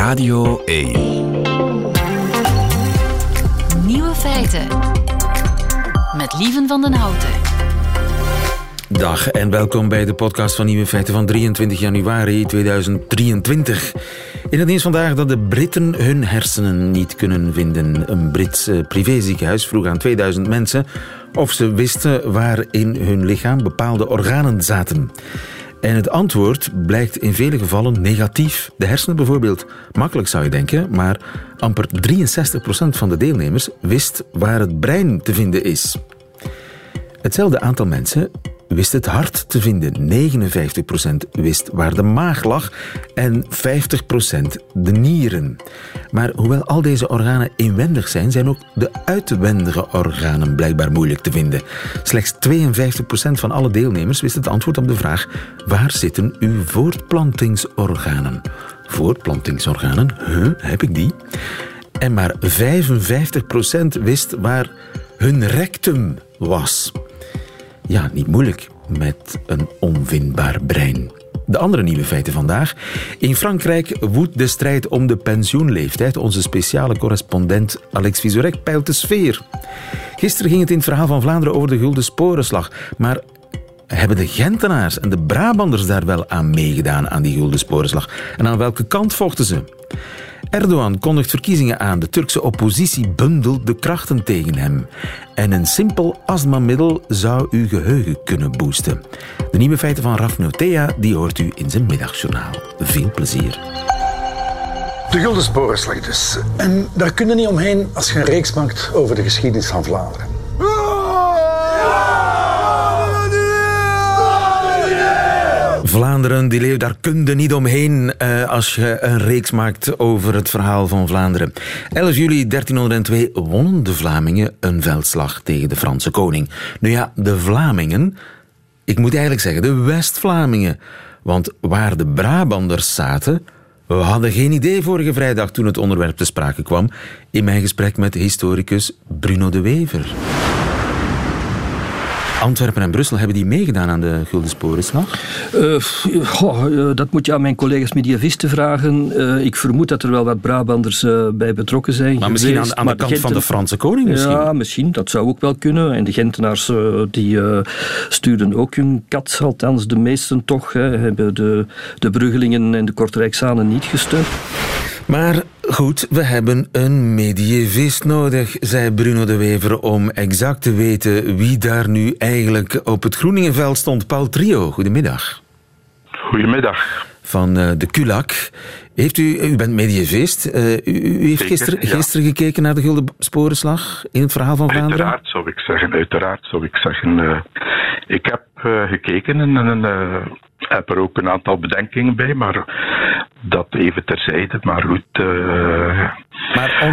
Radio 1. Nieuwe feiten. Met Lieven van den Houten. Dag en welkom bij de podcast van Nieuwe Feiten van 23 januari 2023. In het nieuws vandaag dat de Britten hun hersenen niet kunnen vinden. Een Brits privéziekenhuis vroeg aan 2000 mensen of ze wisten waar in hun lichaam bepaalde organen zaten. En het antwoord blijkt in vele gevallen negatief. De hersenen bijvoorbeeld. Makkelijk zou je denken, maar amper 63% van de deelnemers wist waar het brein te vinden is. Hetzelfde aantal mensen wist het hart te vinden. 59% wist waar de maag lag en 50% de nieren. Maar hoewel al deze organen inwendig zijn ook de uitwendige organen blijkbaar moeilijk te vinden. Slechts 52% van alle deelnemers wist het antwoord op de vraag: waar zitten uw voortplantingsorganen? Voortplantingsorganen? Heb ik die? En maar 55% wist waar hun rectum was. Ja, niet moeilijk met een onvindbaar brein. De andere nieuwe feiten vandaag. In Frankrijk woedt de strijd om de pensioenleeftijd. Onze speciale correspondent Alex Vizorek peilt de sfeer. Gisteren ging het in het verhaal van Vlaanderen over de Gulden Sporenslag. Maar hebben de Gentenaars en de Brabanders daar wel aan meegedaan aan die Gulden Sporenslag? En aan welke kant vochten ze? Erdogan kondigt verkiezingen aan. De Turkse oppositie bundelt de krachten tegen hem. En een simpel astmamiddel zou uw geheugen kunnen boosten. De nieuwe feiten van Raf Notea, die hoort u in zijn middagjournaal. Veel plezier. De Gulden Sporenslag dus. En daar kun je niet omheen als je een reeks maakt over de geschiedenis van Vlaanderen. Vlaanderen, die leeuw, daar kun je niet omheen als je een reeks maakt over het verhaal van Vlaanderen. 11 juli 1302 wonnen de Vlamingen een veldslag tegen de Franse koning. Nu ja, de Vlamingen, ik moet eigenlijk zeggen de West-Vlamingen. Want waar de Brabanders zaten, we hadden geen idee vorige vrijdag toen het onderwerp te sprake kwam in mijn gesprek met historicus Bruno de Wever. Antwerpen en Brussel, hebben die meegedaan aan de Gulden Sporenslag? Dat moet je aan mijn collega's mediavisten vragen. Ik vermoed dat er wel wat Brabanders bij betrokken zijn. Maar misschien aan de kant van de Franse koning? Misschien? Ja, misschien. Dat zou ook wel kunnen. En de Gentenaars die stuurden ook hun kat. Althans, de meesten toch. Hebben de Bruggelingen en de Kortrijksanen niet gesteund. Maar goed, we hebben een medievist nodig, zei Bruno de Wever, om exact te weten wie daar nu eigenlijk op het Groeningenveld stond. Paul Trio, goedemiddag. Goedemiddag. Van de KULAK. U bent medievist. U heeft gisteren gekeken naar de Gulden Sporenslag in het verhaal van Vlaanderen? Uiteraard zou ik zeggen. Ik heb gekeken en heb er ook een aantal bedenkingen bij, maar dat even terzijde. Maar goed. Maar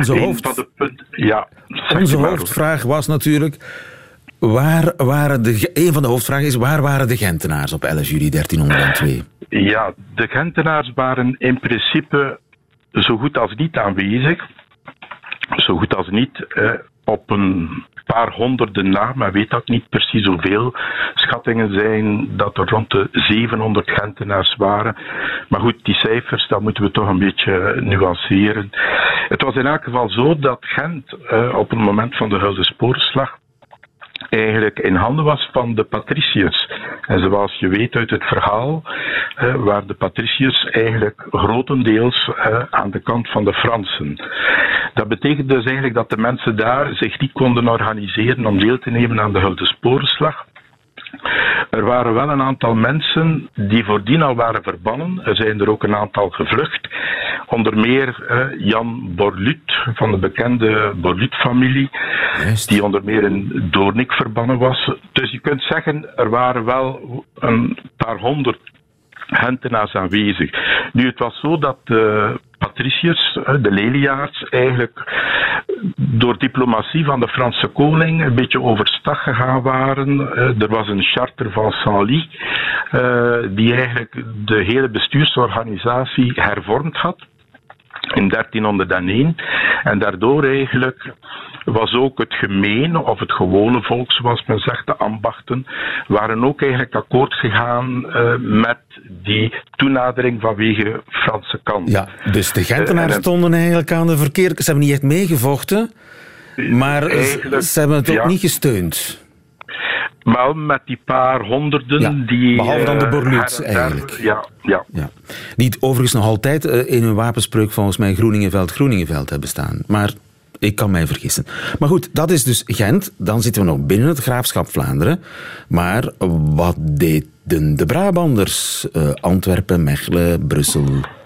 onze hoofdvraag was natuurlijk: waar waren de Gentenaars op 11 juli 1302? Ja, de Gentenaars waren in principe zo goed als niet aanwezig. Zo goed als niet op een paar honderden na, maar weet dat niet precies hoeveel. Schattingen zijn dat er rond de 700 Gentenaars waren. Maar goed, die cijfers, dat moeten we toch een beetje nuanceren. Het was in elk geval zo dat Gent op het moment van de Gulden Sporenslag eigenlijk in handen was van de patriciërs. En zoals je weet uit het verhaal, waren de patriciërs eigenlijk grotendeels aan de kant van de Fransen. Dat betekent dus eigenlijk dat de mensen daar zich niet konden organiseren om deel te nemen aan de Gulden Sporenslag. Er waren wel een aantal mensen die voordien al waren verbannen. Er zijn er ook een aantal gevlucht. Onder meer Jan Borluut van de bekende Borluut-familie, die onder meer in Doornik verbannen was. Dus je kunt zeggen, er waren wel een paar honderd Gentenaars aanwezig. Nu, het was zo dat de patriciërs, de leliaards, eigenlijk door diplomatie van de Franse koning een beetje overstag gegaan waren. Er was een charter van Senlis die eigenlijk de hele bestuursorganisatie hervormd had. in 1301. En daardoor eigenlijk was ook het gemeen, of het gewone volk, zoals men zegt, de ambachten, waren ook eigenlijk akkoord gegaan met die toenadering vanwege Franse kant. Ja, dus de Gentenaars stonden eigenlijk aan de verkeerde... Ze hebben niet echt meegevochten, maar ze hebben het ook niet gesteund. Wel met die paar honderden die... Behalve dan de Borluut eigenlijk. Ja. Die overigens nog altijd in hun wapenspreuk volgens mij Groeningenveld hebben staan. Maar ik kan mij vergissen. Maar goed, dat is dus Gent. Dan zitten we nog binnen het graafschap Vlaanderen. Maar wat deden de Brabanders? Antwerpen, Mechelen, Brussel,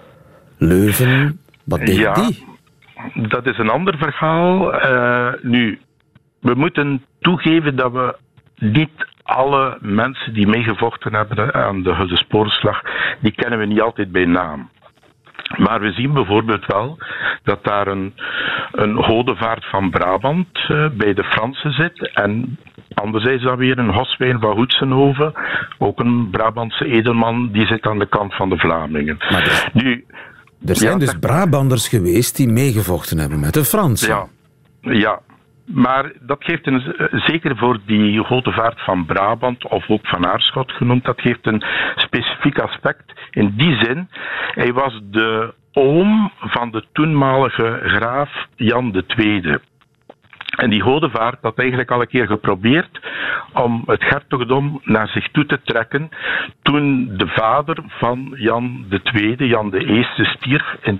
Leuven. Wat deden die? Dat is een ander verhaal. Nu, we moeten toegeven dat we niet alle mensen die meegevochten hebben aan de Guldensporenslag, die kennen we niet altijd bij naam. Maar we zien bijvoorbeeld wel dat daar een Godevaart van Brabant bij de Fransen zit. En anderzijds dan weer een Hoswijn van Hoetsenhoven, ook een Brabantse edelman, die zit aan de kant van de Vlamingen. Maar er zijn dus Brabanders geweest die meegevochten hebben met de Fransen. Ja. Maar dat geeft zeker voor die Godevaart van Brabant, of ook van Aarschot genoemd, dat geeft een specifiek aspect. In die zin, hij was de oom van de toenmalige graaf Jan II. En die Godevaart had eigenlijk al een keer geprobeerd om het hertogdom naar zich toe te trekken toen de vader van Jan II, Jan I, stierf in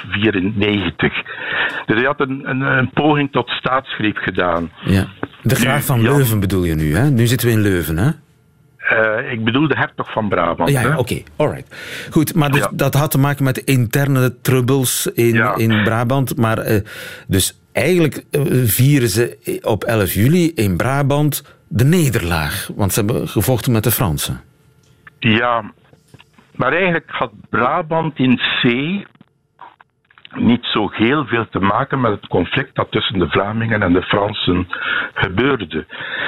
1294. Dus hij had een poging tot staatsgreep gedaan. Ja. De graaf van Leuven bedoel je nu, hè? Nu zitten we in Leuven, hè? Ik bedoel de hertog van Brabant. Ja, oké. Alright. Goed, maar dat had te maken met interne troubles in Brabant. Maar dus eigenlijk vieren ze op 11 juli in Brabant de nederlaag. Want ze hebben gevochten met de Fransen. Ja, maar eigenlijk had Brabant in C niet zo heel veel te maken met het conflict dat tussen de Vlamingen en de Fransen gebeurde.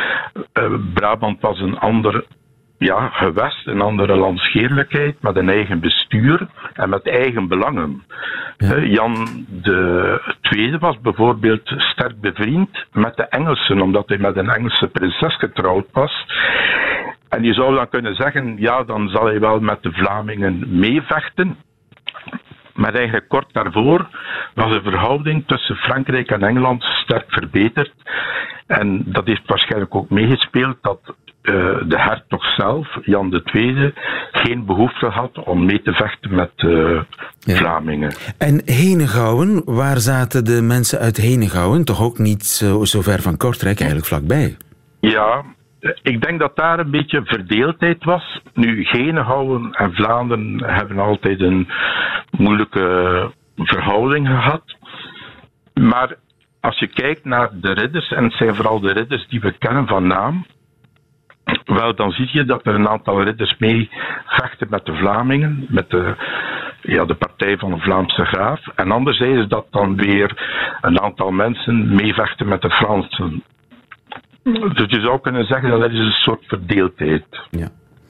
Brabant was een ander gewest, een andere landsgeerlijkheid, met een eigen bestuur en met eigen belangen. Ja. Jan II was bijvoorbeeld sterk bevriend met de Engelsen, omdat hij met een Engelse prinses getrouwd was. En je zou dan kunnen zeggen, dan zal hij wel met de Vlamingen meevechten. Maar eigenlijk kort daarvoor was de verhouding tussen Frankrijk en Engeland sterk verbeterd. En dat heeft waarschijnlijk ook meegespeeld dat de hertog zelf, Jan II, geen behoefte had om mee te vechten met Vlamingen. En Henegouwen, waar zaten de mensen uit Henegouwen? Toch ook niet zo ver van Kortrijk, eigenlijk vlakbij? Ja, ik denk dat daar een beetje verdeeldheid was. Nu, Henegouwen en Vlaanderen hebben altijd een moeilijke verhouding gehad. Maar als je kijkt naar de ridders, en het zijn vooral de ridders die we kennen van naam, wel, dan zie je dat er een aantal ridders mee vechten met de Vlamingen, met de partij van de Vlaamse graaf. En anderzijds is dat dan weer een aantal mensen meevechten met de Fransen. Dus je zou kunnen zeggen dat er is een soort verdeeldheid. Ja.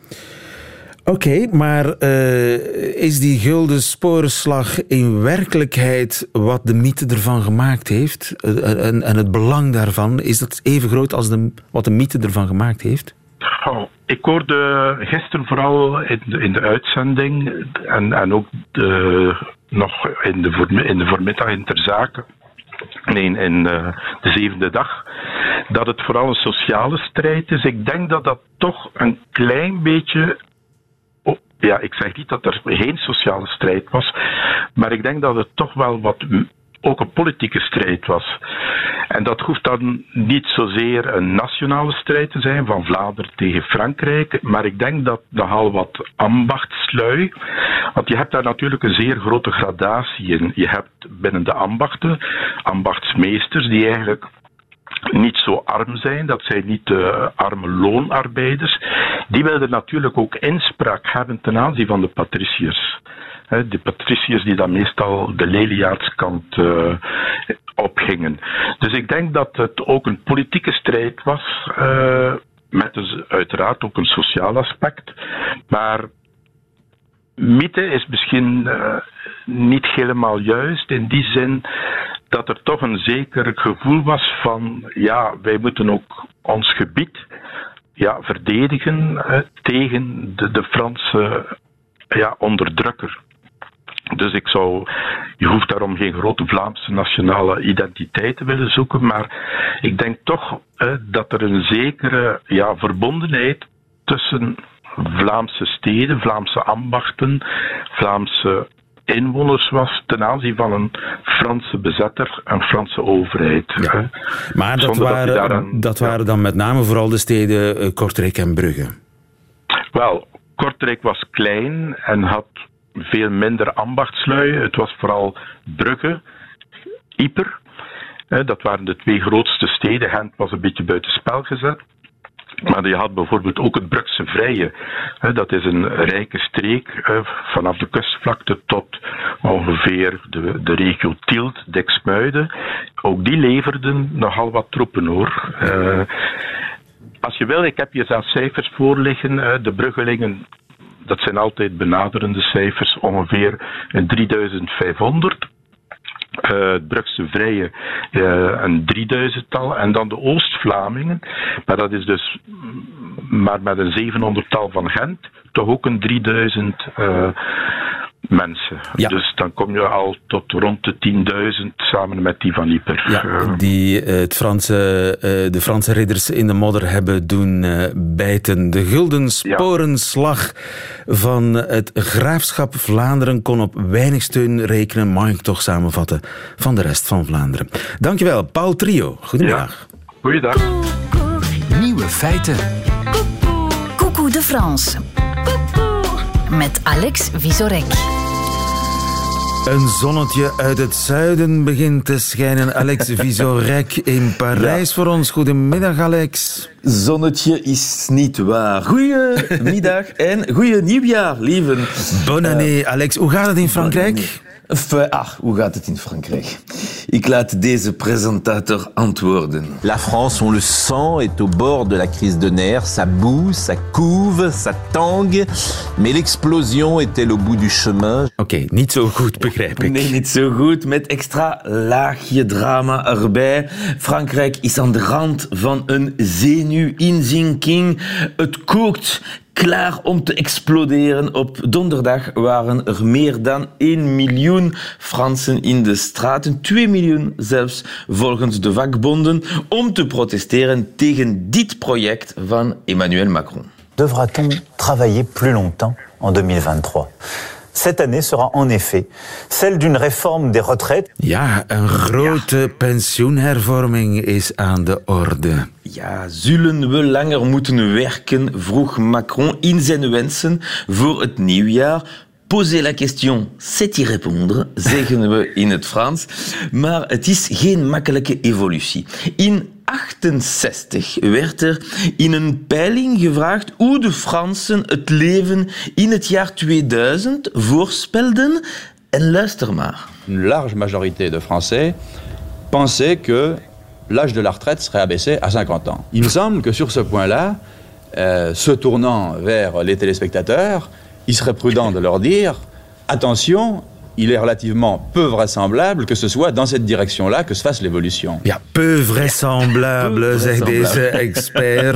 Oké, maar is die Guldensporenslag in werkelijkheid wat de mythe ervan gemaakt heeft? En het belang daarvan, is dat even groot als wat de mythe ervan gemaakt heeft? Ik hoorde gisteren vooral in de uitzending en ook nog in de voormiddag in Ter Zake, in de zevende dag, dat het vooral een sociale strijd is. Ik denk dat dat toch een klein beetje... ik zeg niet dat er geen sociale strijd was, maar ik denk dat het toch wel ook een politieke strijd was. En dat hoeft dan niet zozeer een nationale strijd te zijn, van Vlaanderen tegen Frankrijk, maar ik denk dat nogal wat ambachtslui, want je hebt daar natuurlijk een zeer grote gradatie in. Je hebt binnen de ambachten ambachtsmeesters die eigenlijk niet zo arm zijn, dat zijn niet de arme loonarbeiders. Die wilden natuurlijk ook inspraak hebben ten aanzien van de patriciërs. De patriciërs die dan meestal de leliaardskant opgingen. Dus ik denk dat het ook een politieke strijd was, met dus uiteraard ook een sociaal aspect. Maar mythe is misschien niet helemaal juist, in die zin dat er toch een zeker gevoel was van, ja, wij moeten ook ons gebied verdedigen tegen de Franse onderdrukker. Dus je hoeft daarom geen grote Vlaamse nationale identiteit te willen zoeken, maar ik denk toch dat er een zekere verbondenheid tussen Vlaamse steden, Vlaamse ambachten, Vlaamse inwoners was ten aanzien van een Franse bezetter, een Franse overheid. Ja. Maar dat waren dan met name vooral de steden Kortrijk en Brugge. Wel, Kortrijk was klein en had veel minder ambachtslui. Het was vooral Brugge, Yper. Dat waren de 2 grootste steden. Gent was een beetje buitenspel gezet. Maar je had bijvoorbeeld ook het Brugse Vrije. Dat is een rijke streek vanaf de kustvlakte tot ongeveer de regio Tielt, Dixmuiden. Ook die leverden nogal wat troepen, hoor. Als je wil, ik heb je zelfs cijfers voorliggen. De Bruggelingen, dat zijn altijd benaderende cijfers, ongeveer 3500. Het Brugse Vrije een 3000-tal en dan de Oost-Vlamingen, maar dat is dus maar met een 700-tal van Gent, toch ook een 3000 mensen. Ja. Dus dan kom je al tot rond de 10.000 samen met die van Yper. Ja, die de Franse ridders in de modder hebben doen bijten. De gulden sporenslag van het graafschap Vlaanderen kon op weinig steun rekenen, mag ik toch samenvatten, van de rest van Vlaanderen. Dankjewel, Paul Trio. Goedemiddag. Ja. Goeiedag. Nieuwe feiten. Coucou de France. Met Alex Vizorek. Een zonnetje uit het zuiden begint te schijnen. Alex Vizorek in Parijs voor ons. Goedemiddag, Alex. Zonnetje is niet waar. Goedemiddag en goeie nieuwjaar, lieven. Bonne année, Alex. Hoe gaat het in Frankrijk? Hoe gaat het in Frankrijk? Ik laat deze presentator antwoorden. La France, on le sent, est au bord de la crise de nerfs. Ça boue, ça couve, ça tangue. Mais l'explosion est-elle au bout du chemin? Oké, niet zo goed, begrijp ik. Nee, niet zo goed. Met extra laagje drama erbij. Frankrijk is aan de rand van een zenuwinzinking. Het kookt. Klaar om te exploderen. Op donderdag waren er meer dan 1 miljoen Fransen in de straten. 2 miljoen zelfs, volgens de vakbonden, om te protesteren tegen dit project van Emmanuel Macron. Devra-t-on travailler plus longtemps en 2023? Cette année sera en effet celle d'une réforme des retraites. Ja, een grote pensioenhervorming is aan de orde. Ja, zullen we langer moeten werken, vroeg Macron in zijn wensen voor het nieuwjaar. Poser la question, c'est y répondre, zeggen we in het Frans. Maar het is geen makkelijke evolutie. In 1968 werd er in een peiling gevraagd hoe de Fransen het leven in het jaar 2000 voorspelden. En luister maar. Une large majorité de Français pensaient que l'âge de la retraite serait abaissé à 50 ans. Il me semble que sur ce point-là, se tournant vers les téléspectateurs, il serait prudent de leur dire « Attention, il est relativement peu vraisemblable que ce soit dans cette direction-là que se fasse l'évolution. » Ja, peu vraisemblable, zegt deze expert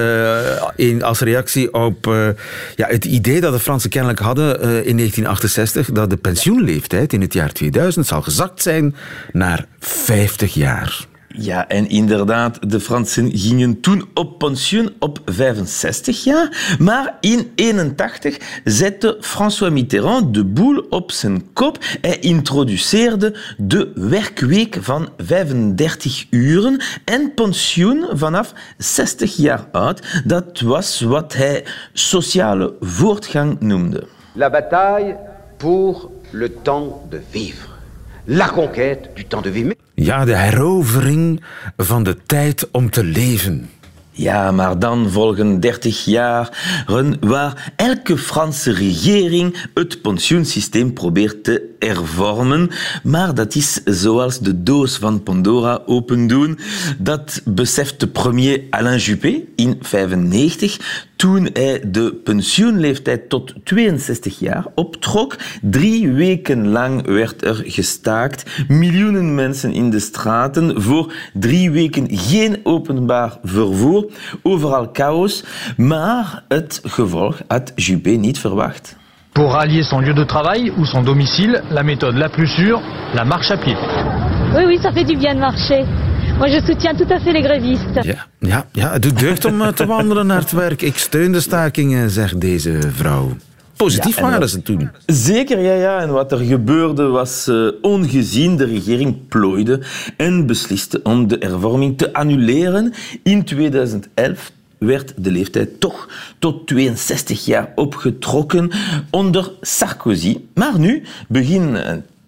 als reactie op het idee dat de Fransen kennelijk hadden in 1968 dat de pensioenleeftijd in het jaar 2000 zal gezakt zijn naar 50 jaar. Ja, en inderdaad, de Fransen gingen toen op pensioen op 65 jaar. Maar in 1981 zette François Mitterrand de boel op zijn kop. Hij introduceerde de werkweek van 35 uren en pensioen vanaf 60 jaar oud. Dat was wat hij sociale voortgang noemde. La bataille pour le temps de vivre. La conquête du temps de vivre. Ja, de herovering van de tijd om te leven. Ja, maar dan volgen 30 jaren waar elke Franse regering het pensioensysteem probeert te hervormen. Maar dat is zoals de doos van Pandora opendoen. Dat besefte premier Alain Juppé in 1995 toen hij de pensioenleeftijd tot 62 jaar optrok. 3 weken lang werd er gestaakt. Miljoenen mensen in de straten. Voor 3 weken geen openbaar vervoer. Overal chaos. Maar het gevolg had Juppé niet verwacht. Pour rallier son lieu de travail ou son domicile, la méthode la plus sûre, la marche à pied. Oui, ça fait du bien de marcher. Moi, je soutiens tout à fait les grévistes. Ja, het doet deugd om te wandelen naar het werk. Ik steun de stakingen, zegt deze vrouw. Positief waren ze toen. Zeker, ja. En wat er gebeurde was ongezien. De regering plooide en besliste om de hervorming te annuleren. In 2011 werd de leeftijd toch tot 62 jaar opgetrokken onder Sarkozy. Maar nu, begin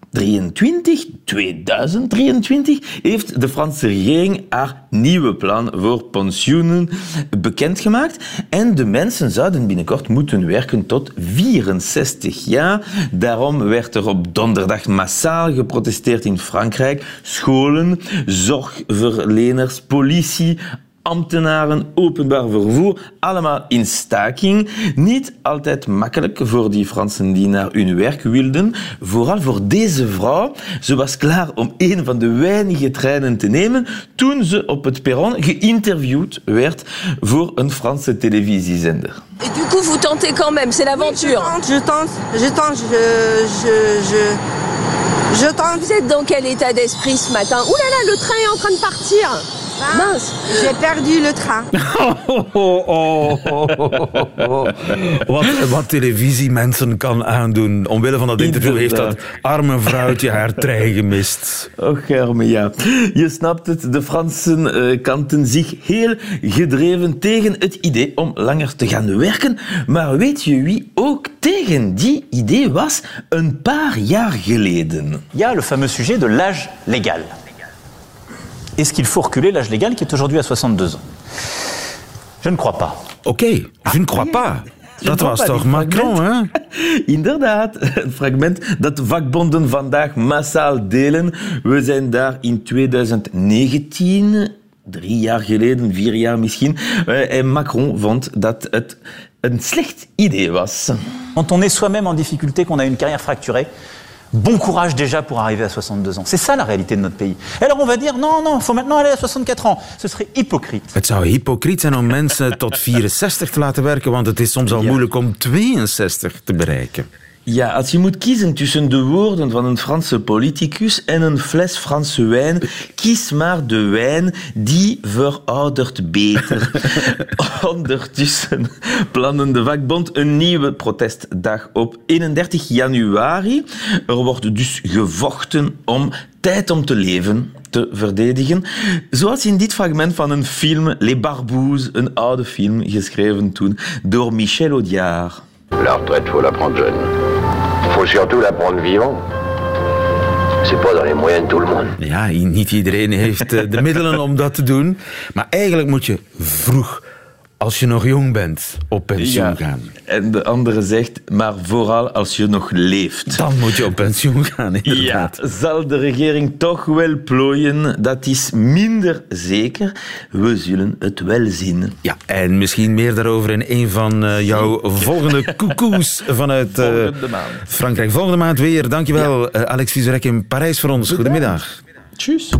2023, heeft de Franse regering haar nieuwe plan voor pensioenen bekendgemaakt. En de mensen zouden binnenkort moeten werken tot 64 jaar. Daarom werd er op donderdag massaal geprotesteerd in Frankrijk. Scholen, zorgverleners, politie, ambtenaren, openbaar vervoer, allemaal in staking. Niet altijd makkelijk voor die Fransen die naar hun werk wilden. Vooral voor deze vrouw. Ze was klaar om een van de weinige treinen te nemen toen ze op het perron geïnterviewd werd voor een Franse televisiezender. Et du coup, vous tentez quand même, c'est l'aventure. Oui, je tente. Je tente. Vous êtes dans quel état d'esprit ce matin? Ouh là là, le train est en train de partir. Mince, j'ai perdu le train. Wat televisiemensen kan aandoen. Omwille van dat interview heeft dat arme vrouwtje haar trein gemist. Och, arme, ja. Je snapt het, de Fransen kanten zich heel gedreven tegen het idee om langer te gaan werken. Maar weet je wie ook tegen die idee was? Een paar jaar geleden. Il y a le fameux sujet de l'âge légal. Est-ce qu'il faut reculer l'âge légal qui est aujourd'hui à 62 ans? Je ne crois pas. Oké, je ne crois pas. Dat was toch Macron, hè? Inderdaad, een fragment dat vakbonden vandaag massaal delen. We zijn daar in 2019, 3 jaar geleden, 4 jaar misschien. En Macron vond dat het een slecht idee was. Quand on est soi-même en difficulté, qu'on a une carrière fracturée, bon courage déjà pour arriver à 62 ans. C'est ça la réalité de notre pays. Et alors on va dire, non, il faut maintenant aller à 64 ans. Ce serait hypocrite. Het zou hypocriet zijn om mensen tot 64 te laten werken, want het is soms al moeilijk om 62 te bereiken. Ja, als je moet kiezen tussen de woorden van een Franse politicus en een fles Franse wijn, kies maar de wijn, die veroudert beter. Ondertussen plannen de vakbond een nieuwe protestdag op 31 januari. Er wordt dus gevochten om tijd om te leven te verdedigen. Zoals in dit fragment van een film, Les Barbouzes, een oude film geschreven toen door Michel Audiard. La retraite, faut la prendre jeune. Faut surtout la prendre vivant. C'est pas dans les moyens de tout le monde. Ja, niet iedereen heeft de middelen om dat te doen. Maar eigenlijk moet je vroeg, als je nog jong bent, op pensioen gaan. En de andere zegt, maar vooral als je nog leeft. Dan moet je op pensioen gaan, inderdaad. Ja, zal de regering toch wel plooien? Dat is minder zeker. We zullen het wel zien. Ja, en misschien meer daarover in een van jouw volgende koekoes vanuit Frankrijk. Volgende maand weer. Dankjewel, Alex Vizorek in Parijs voor ons. Goedemiddag. Tjus.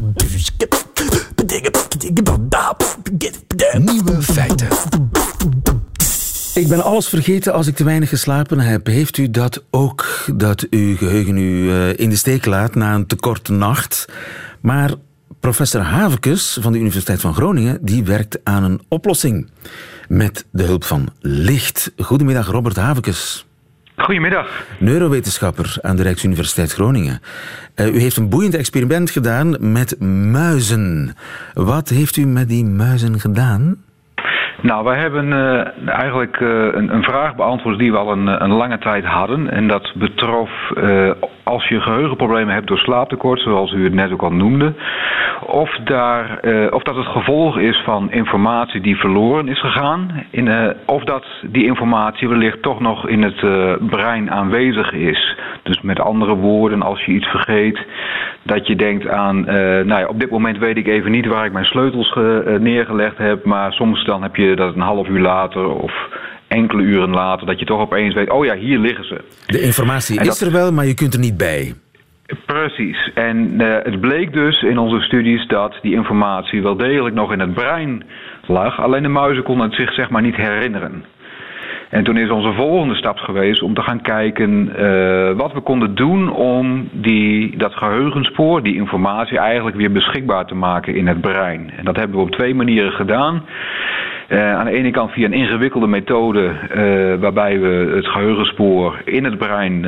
Nieuwe feiten. Ik ben alles vergeten als ik te weinig geslapen heb. Heeft u dat ook, dat uw geheugen u in de steek laat na een te korte nacht? Maar professor Havekes van de Universiteit van Groningen, die werkt aan een oplossing. Met de hulp van licht. Goedemiddag, Robert Havekes. Goedemiddag. Neurowetenschapper aan de Rijksuniversiteit Groningen. U heeft een boeiend experiment gedaan met muizen. Wat heeft u met die muizen gedaan? Nou, wij hebben eigenlijk een vraag beantwoord die we al een lange tijd hadden. En dat betrof als je geheugenproblemen hebt door slaaptekort, zoals u het net ook al noemde, of dat het gevolg is van informatie die verloren is gegaan, of dat die informatie wellicht toch nog in het brein aanwezig is. Dus met andere woorden, als je iets vergeet, dat je denkt aan, op dit moment weet ik even niet waar ik mijn sleutels neergelegd heb, maar soms dan heb je dat een half uur later of enkele uren later, dat je toch opeens weet, oh ja, hier liggen ze. De informatie is er wel, maar je kunt er niet bij. Precies. En het bleek dus in onze studies dat die informatie wel degelijk nog in het brein lag, alleen de muizen konden het zich zeg maar niet herinneren. En toen is onze volgende stap geweest om te gaan kijken wat we konden doen om dat geheugenspoor, die informatie eigenlijk weer beschikbaar te maken in het brein. En dat hebben we op 2 manieren gedaan. Aan de ene kant via een ingewikkelde methode waarbij we het geheugenspoor in het brein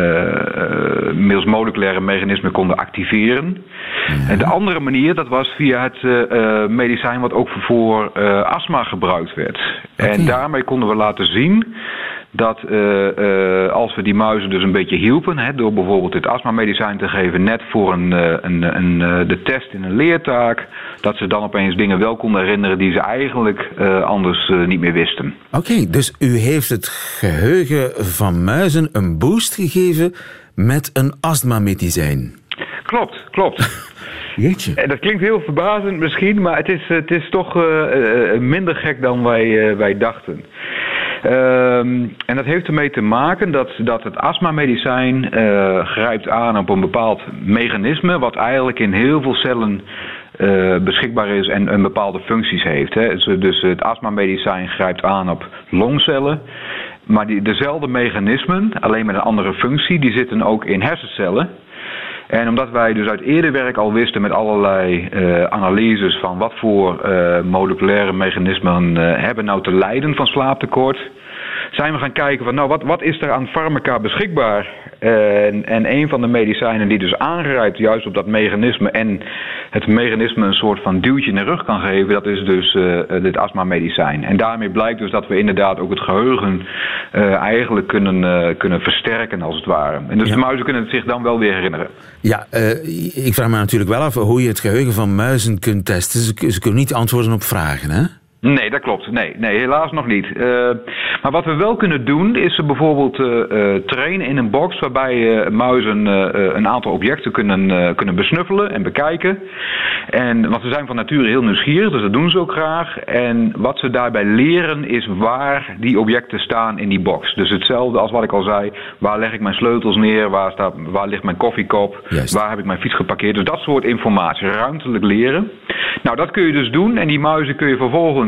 middels moleculaire mechanismen konden activeren. En de andere manier, dat was via het medicijn wat ook voor astma gebruikt werd. Okay. En daarmee konden we laten zien dat als we die muizen dus een beetje hielpen, door bijvoorbeeld dit astmamedicijn te geven net voor de test in een leertaak, dat ze dan opeens dingen wel konden herinneren die ze eigenlijk anders niet meer wisten. Oké, dus u heeft het geheugen van muizen een boost gegeven met een astmamedicijn. Klopt. Jeetje. En dat klinkt heel verbazend misschien, maar het is toch minder gek dan wij dachten. En dat heeft ermee te maken dat het astmamedicijn grijpt aan op een bepaald mechanisme wat eigenlijk in heel veel cellen beschikbaar is en bepaalde functies heeft. Hè. Dus het astmamedicijn grijpt aan op longcellen, maar dezelfde mechanismen, alleen met een andere functie, die zitten ook in hersencellen. En omdat wij dus uit eerder werk al wisten met allerlei analyses van wat voor moleculaire mechanismen hebben nou te lijden van slaaptekort, zijn we gaan kijken van wat is er aan farmaca beschikbaar. En een van de medicijnen die dus aangrijpt juist op dat mechanisme en het mechanisme een soort van duwtje in de rug kan geven, dat is dus dit astmamedicijn. En daarmee blijkt dus dat we inderdaad ook het geheugen eigenlijk kunnen versterken als het ware. En dus de muizen kunnen het zich dan wel weer herinneren. Ja, ik vraag me natuurlijk wel af hoe je het geheugen van muizen kunt testen. Ze kunnen niet antwoorden op vragen, hè? Nee, dat klopt. Nee, helaas nog niet. Maar wat we wel kunnen doen, is ze bijvoorbeeld trainen in een box waarbij muizen een aantal objecten kunnen besnuffelen en bekijken. Want ze zijn van nature heel nieuwsgierig, dus dat doen ze ook graag. En wat ze daarbij leren is waar die objecten staan in die box. Dus hetzelfde als wat ik al zei, waar leg ik mijn sleutels neer, waar ligt mijn koffiekop, waar heb ik mijn fiets geparkeerd. Dus dat soort informatie, ruimtelijk leren. Nou, dat kun je dus doen en die muizen kun je vervolgens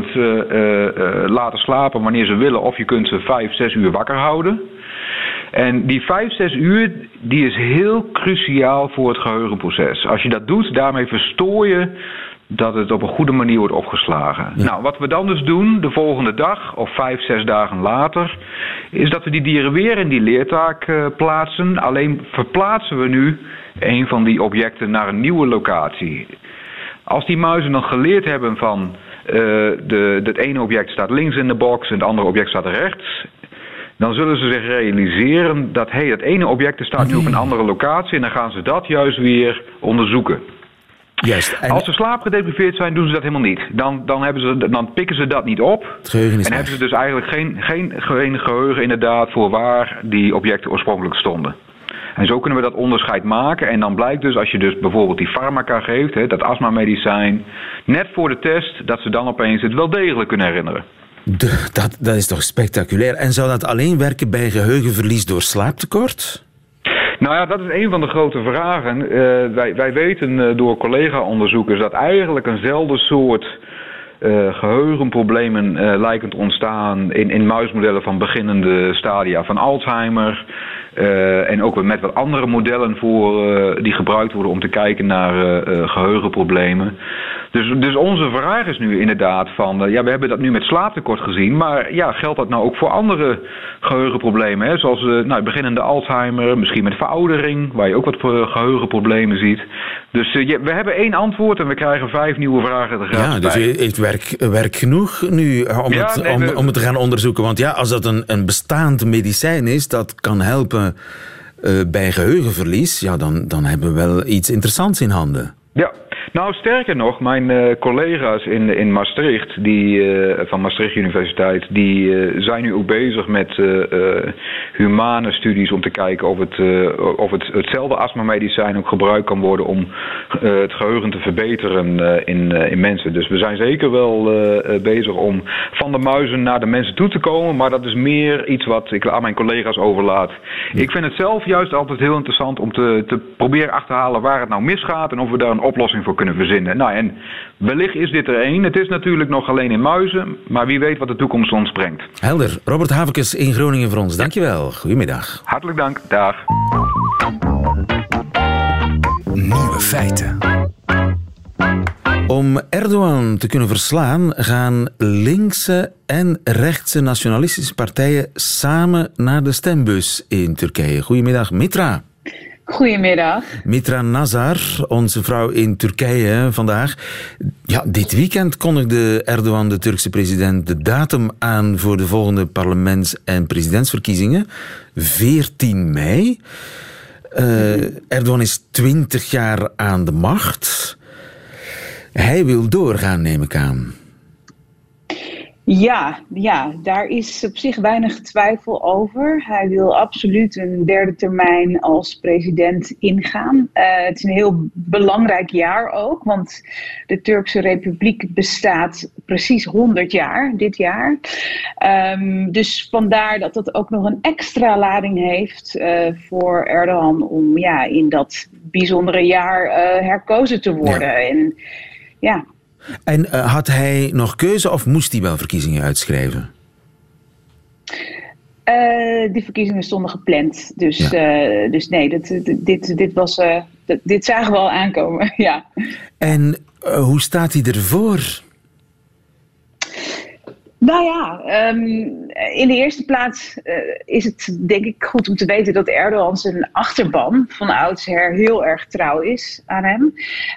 laten slapen wanneer ze willen, of je kunt ze 5-6 uur wakker houden. En die 5-6 uur, die is heel cruciaal voor het geheugenproces. Als je dat doet, daarmee verstoor je dat het op een goede manier wordt opgeslagen. Ja. Nou, wat we dan dus doen, de volgende dag of 5-6 dagen later, is dat we die dieren weer in die leertaak plaatsen. Alleen verplaatsen we nu een van die objecten naar een nieuwe locatie. Als die muizen dan geleerd hebben van het ene object staat links in de box en het andere object staat rechts, dan zullen ze zich realiseren dat dat ene object staat nu op een andere locatie en dan gaan ze dat juist weer onderzoeken. Juist. Als ze slaapgedepriveerd zijn, doen ze dat helemaal niet. Dan pikken ze dat niet op. En hebben ze dus eigenlijk geen geheugen inderdaad voor waar die objecten oorspronkelijk stonden. En zo kunnen we dat onderscheid maken. En dan blijkt dus, als je dus bijvoorbeeld die farmaca geeft, dat astmamedicijn, net voor de test, dat ze dan opeens het wel degelijk kunnen herinneren. Dat is toch spectaculair. En zou dat alleen werken bij geheugenverlies door slaaptekort? Nou ja, dat is een van de grote vragen. Wij weten door collega-onderzoekers dat eigenlijk eenzelfde soort geheugenproblemen lijken te ontstaan in muismodellen van beginnende stadia van Alzheimer. En ook met wat andere modellen die gebruikt worden om te kijken naar geheugenproblemen. Dus onze vraag is nu inderdaad van, we hebben dat nu met slaaptekort gezien, maar geldt dat nou ook voor andere geheugenproblemen? Hè? Zoals beginnende Alzheimer, misschien met veroudering, waar je ook wat geheugenproblemen ziet. Dus we hebben 1 antwoord en we krijgen 5 nieuwe vragen tegelijk. Ja, dus u heeft werk genoeg nu om het te gaan onderzoeken. Want als dat een bestaand medicijn is, dat kan helpen bij geheugenverlies, ja, dan hebben we wel iets interessants in handen. Ja. Nou, sterker nog, mijn collega's in Maastricht, van Maastricht Universiteit, die zijn nu ook bezig met humane studies om te kijken of hetzelfde astmamedicijn ook gebruikt kan worden om het geheugen te verbeteren in mensen. Dus we zijn zeker wel bezig om van de muizen naar de mensen toe te komen, maar dat is meer iets wat ik aan mijn collega's overlaat. Ik vind het zelf juist altijd heel interessant om te proberen achterhalen waar het nou misgaat en of we daar een oplossing voor kunnen verzinnen. Nou, en wellicht is dit er één. Het is natuurlijk nog alleen in muizen, maar wie weet wat de toekomst ons brengt. Helder. Robert Havekes in Groningen voor ons. Dankjewel. Goedemiddag. Hartelijk dank. Dag. Nieuwe feiten. Om Erdogan te kunnen verslaan gaan linkse en rechtse nationalistische partijen samen naar de stembus in Turkije. Goedemiddag, Mitra. Goedemiddag. Mitra Nazar, onze vrouw in Turkije vandaag. Ja, dit weekend kondigde Erdogan, de Turkse president, de datum aan voor de volgende parlements- en presidentsverkiezingen. 14 mei. Erdogan is 20 jaar aan de macht. Hij wil doorgaan, neem ik aan. Ja, daar is op zich weinig twijfel over. Hij wil absoluut een derde termijn als president ingaan. Het is een heel belangrijk jaar ook, want de Turkse Republiek bestaat precies 100 jaar dit jaar. Dus vandaar dat dat ook nog een extra lading heeft voor Erdogan om in dat bijzondere jaar herkozen te worden. En had hij nog keuze of moest hij wel verkiezingen uitschrijven? Die verkiezingen stonden gepland. Dus nee, dit zagen we al aankomen. Ja. En hoe staat hij ervoor? Nou ja, in de eerste plaats is het denk ik goed om te weten dat Erdogan zijn achterban van oudsher heel erg trouw is aan hem.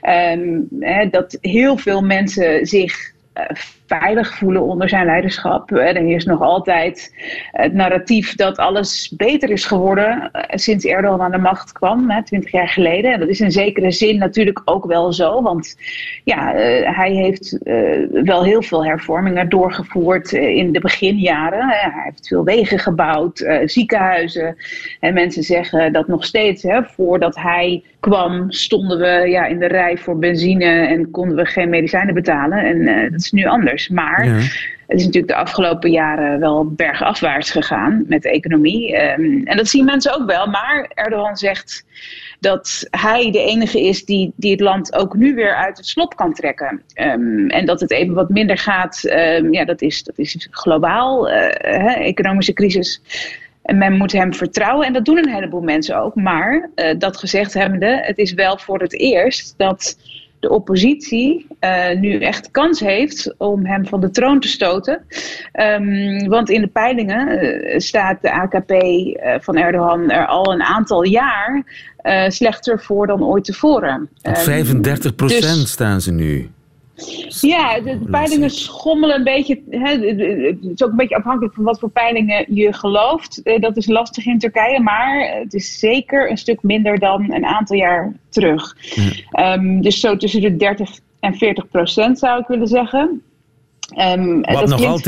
Dat heel veel mensen zich veilig voelen onder zijn leiderschap. Er is nog altijd het narratief dat alles beter is geworden sinds Erdogan aan de macht kwam, 20 jaar geleden. En dat is in zekere zin natuurlijk ook wel zo, want hij heeft wel heel veel hervormingen doorgevoerd in de beginjaren. Hij heeft veel wegen gebouwd, ziekenhuizen. En mensen zeggen dat nog steeds, voordat hij kwam, stonden we in de rij voor benzine en konden we geen medicijnen betalen. En dat is nu anders. Maar het is natuurlijk de afgelopen jaren wel bergafwaarts gegaan met de economie. En dat zien mensen ook wel. Maar Erdogan zegt dat hij de enige is die het land ook nu weer uit het slop kan trekken. En dat het even wat minder gaat, dat is globaal, economische crisis. En men moet hem vertrouwen en dat doen een heleboel mensen ook. Maar dat gezegd hebbende, het is wel voor het eerst dat de oppositie nu echt kans heeft om hem van de troon te stoten. Want in de peilingen staat de AKP van Erdogan er al een aantal jaar slechter voor dan ooit tevoren. Op 35% staan ze nu. Ja, de peilingen schommelen een beetje. Het is ook een beetje afhankelijk van wat voor peilingen je gelooft. Dat is lastig in Turkije, maar het is zeker een stuk minder dan een aantal jaar terug. Dus zo tussen de 30 en 40% zou ik willen zeggen. Wat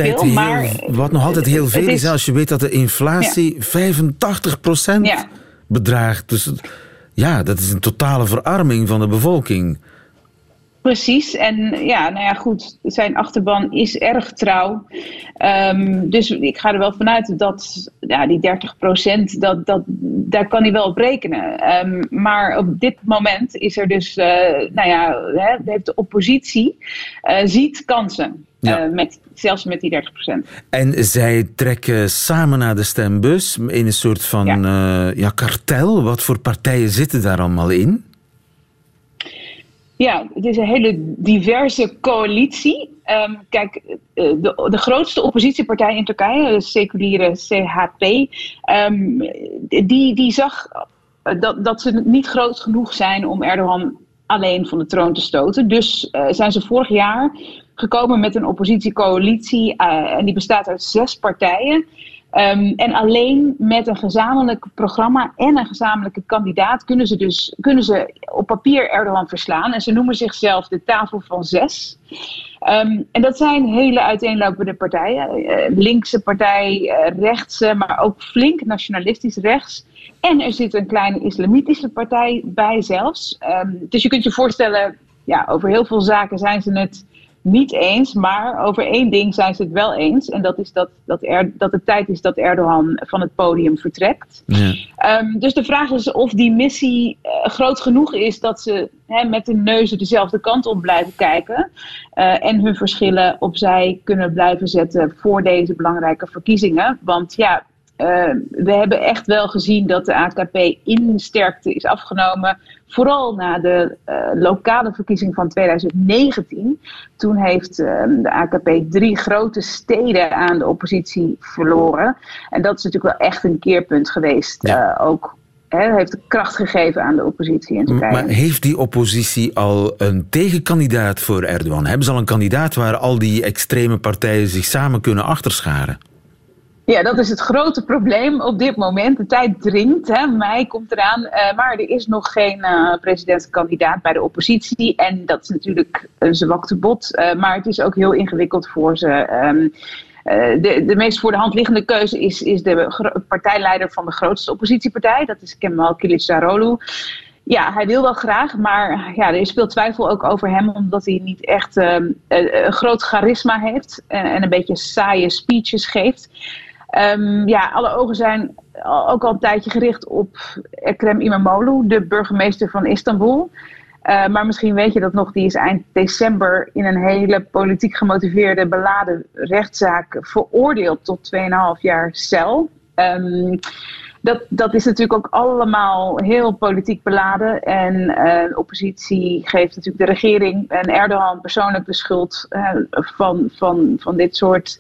nog altijd heel veel is, als je weet dat de inflatie 85% bedraagt. Dus dat is een totale verarming van de bevolking. Precies, en goed, zijn achterban is erg trouw. Dus ik ga er wel vanuit dat die 30%, daar kan hij wel op rekenen. Maar op dit moment is er dus, heeft de oppositie ziet kansen. Zelfs met die 30%. En zij trekken samen naar de stembus in een soort van kartel. Wat voor partijen zitten daar allemaal in? Ja, het is een hele diverse coalitie. Kijk, de grootste oppositiepartij in Turkije, de seculiere CHP, die zag dat ze niet groot genoeg zijn om Erdogan alleen van de troon te stoten. Dus zijn ze vorig jaar gekomen met een oppositiecoalitie en die bestaat uit 6 partijen. En alleen met een gezamenlijk programma en een gezamenlijke kandidaat kunnen ze op papier Erdogan verslaan. En ze noemen zichzelf de tafel van 6. En dat zijn hele uiteenlopende partijen. Linkse partij, rechtse, maar ook flink nationalistisch rechts. En er zit een kleine islamitische partij bij zelfs. Dus je kunt je voorstellen, over heel veel zaken zijn ze het niet eens, maar over één ding zijn ze het wel eens. En dat is dat het tijd is dat Erdogan van het podium vertrekt. Ja. Dus de vraag is of die missie groot genoeg is dat ze met de neuzen dezelfde kant op blijven kijken. En hun verschillen opzij kunnen blijven zetten voor deze belangrijke verkiezingen. Want we hebben echt wel gezien dat de AKP in sterkte is afgenomen. Vooral na de lokale verkiezing van 2019. Toen heeft de AKP 3 grote steden aan de oppositie verloren. En dat is natuurlijk wel echt een keerpunt geweest. Ja. Heeft kracht gegeven aan de oppositie in Turkije. Maar heeft die oppositie al een tegenkandidaat voor Erdogan? Hebben ze al een kandidaat waar al die extreme partijen zich samen kunnen achterscharen? Ja, dat is het grote probleem op dit moment. De tijd dringt, mei komt eraan. Maar er is nog geen presidentskandidaat bij de oppositie. En dat is natuurlijk een zwakte bot. Maar het is ook heel ingewikkeld voor ze. De meest voor de hand liggende keuze is de partijleider van de grootste oppositiepartij. Dat is Kemal Kılıçdaroğlu. Ja, hij wil wel graag, maar er is veel twijfel ook over hem, omdat hij niet echt een groot charisma heeft en een beetje saaie speeches geeft. Alle ogen zijn ook al een tijdje gericht op Ekrem İmamoğlu, de burgemeester van Istanbul. Maar misschien weet je dat nog, die is eind december in een hele politiek gemotiveerde beladen rechtszaak veroordeeld tot 2,5 jaar cel. Dat is natuurlijk ook allemaal heel politiek beladen. En de oppositie geeft natuurlijk de regering en Erdogan persoonlijk de schuld van dit soort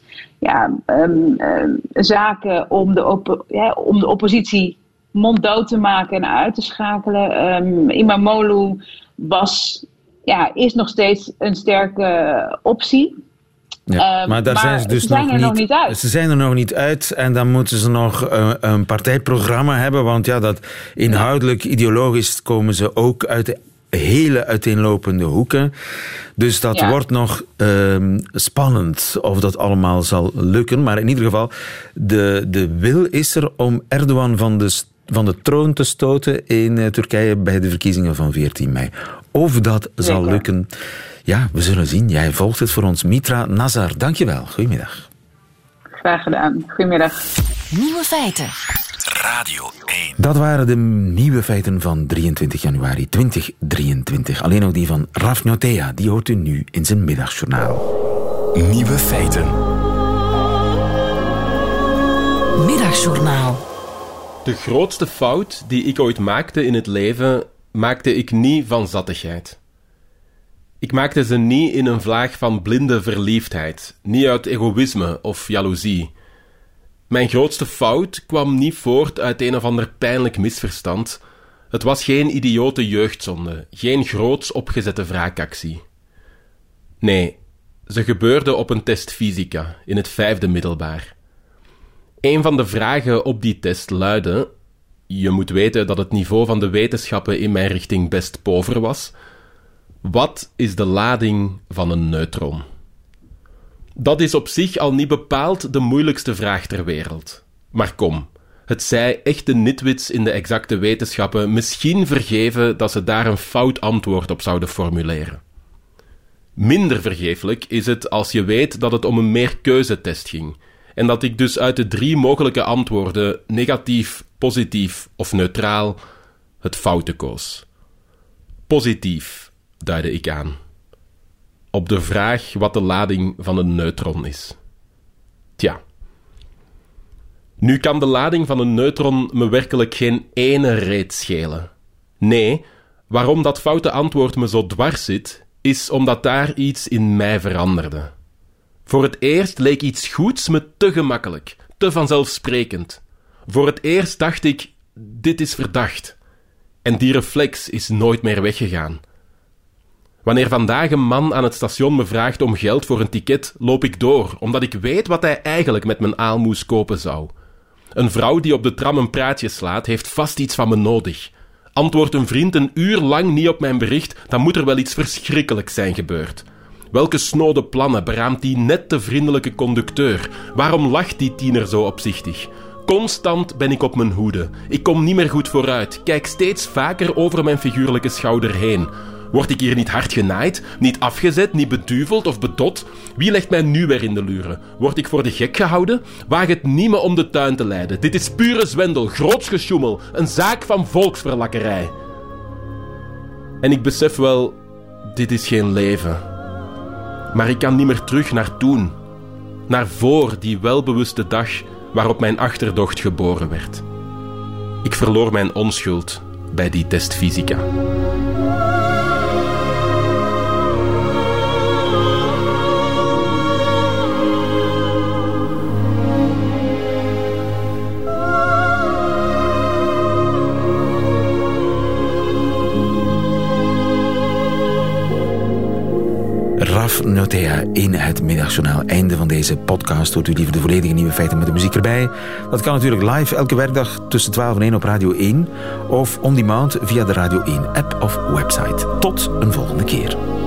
zaken om de oppositie monddood te maken en uit te schakelen. İmamoğlu is nog steeds een sterke optie. Ja, maar daar zijn ze dus nog niet uit. Ze zijn er nog niet uit en dan moeten ze nog een partijprogramma hebben, want dat inhoudelijk, ideologisch komen ze ook uit hele uiteenlopende hoeken. Dus dat wordt nog spannend of dat allemaal zal lukken. Maar in ieder geval, de wil is er om Erdogan van de troon te stoten in Turkije bij de verkiezingen van 14 mei. Of dat zal lukken, we zullen zien. Jij volgt het voor ons. Mitra Nazar, dankjewel. Goedemiddag. Graag gedaan. Goedemiddag. Nieuwe feiten. Radio 1. Dat waren de nieuwe feiten van 23 januari 2023. Alleen nog die van Raf Njotea. Die hoort u nu in zijn middagjournaal. Nieuwe feiten. Middagjournaal. De grootste fout die ik ooit maakte in het leven, maakte ik niet van zattigheid. Ik maakte ze niet in een vlaag van blinde verliefdheid, niet uit egoïsme of jaloezie. Mijn grootste fout kwam niet voort uit een of ander pijnlijk misverstand. Het was geen idiote jeugdzonde, geen groots opgezette wraakactie. Nee, ze gebeurde op een test fysica in het 5e middelbaar. Een van de vragen op die test luidde... Je moet weten dat het niveau van de wetenschappen in mijn richting best pover was. Wat is de lading van een neutron? Dat is op zich al niet bepaald de moeilijkste vraag ter wereld. Maar kom, het zij echte nitwits in de exacte wetenschappen misschien vergeven dat ze daar een fout antwoord op zouden formuleren. Minder vergeeflijk is het als je weet dat het om een meerkeuzetest ging en dat ik dus uit de 3 mogelijke antwoorden, negatief, positief of neutraal, het foute koos. Positief, duidde ik aan. Op de vraag wat de lading van een neutron is. Tja. Nu kan de lading van een neutron me werkelijk geen ene reet schelen. Nee, waarom dat foute antwoord me zo dwars zit, is omdat daar iets in mij veranderde. Voor het eerst leek iets goeds me te gemakkelijk, te vanzelfsprekend. Voor het eerst dacht ik, dit is verdacht. En die reflex is nooit meer weggegaan. Wanneer vandaag een man aan het station me vraagt om geld voor een ticket, loop ik door, omdat ik weet wat hij eigenlijk met mijn aalmoes kopen zou. Een vrouw die op de tram een praatje slaat, heeft vast iets van me nodig. Antwoordt een vriend een uur lang niet op mijn bericht, dan moet er wel iets verschrikkelijks zijn gebeurd. Welke snode plannen beraamt die net te vriendelijke conducteur? Waarom lacht die tiener zo opzichtig? Constant ben ik op mijn hoede. Ik kom niet meer goed vooruit. Kijk steeds vaker over mijn figuurlijke schouder heen. Word ik hier niet hard genaaid, niet afgezet, niet beduveld of bedot? Wie legt mij nu weer in de luren? Word ik voor de gek gehouden? Waag het niet me om de tuin te leiden. Dit is pure zwendel, groots gesjoemel, een zaak van volksverlakkerij. En ik besef wel, dit is geen leven. Maar ik kan niet meer terug naar toen. Naar voor die welbewuste dag waarop mijn achterdocht geboren werd. Ik verloor mijn onschuld bij die test fysica. Raf Notea in het Middagjournaal. Einde van deze podcast. Hoort u liever de volledige Nieuwe Feiten met de muziek erbij? Dat kan natuurlijk live elke werkdag tussen 12 en 1 op Radio 1 of on demand via de Radio 1 app of website. Tot een volgende keer.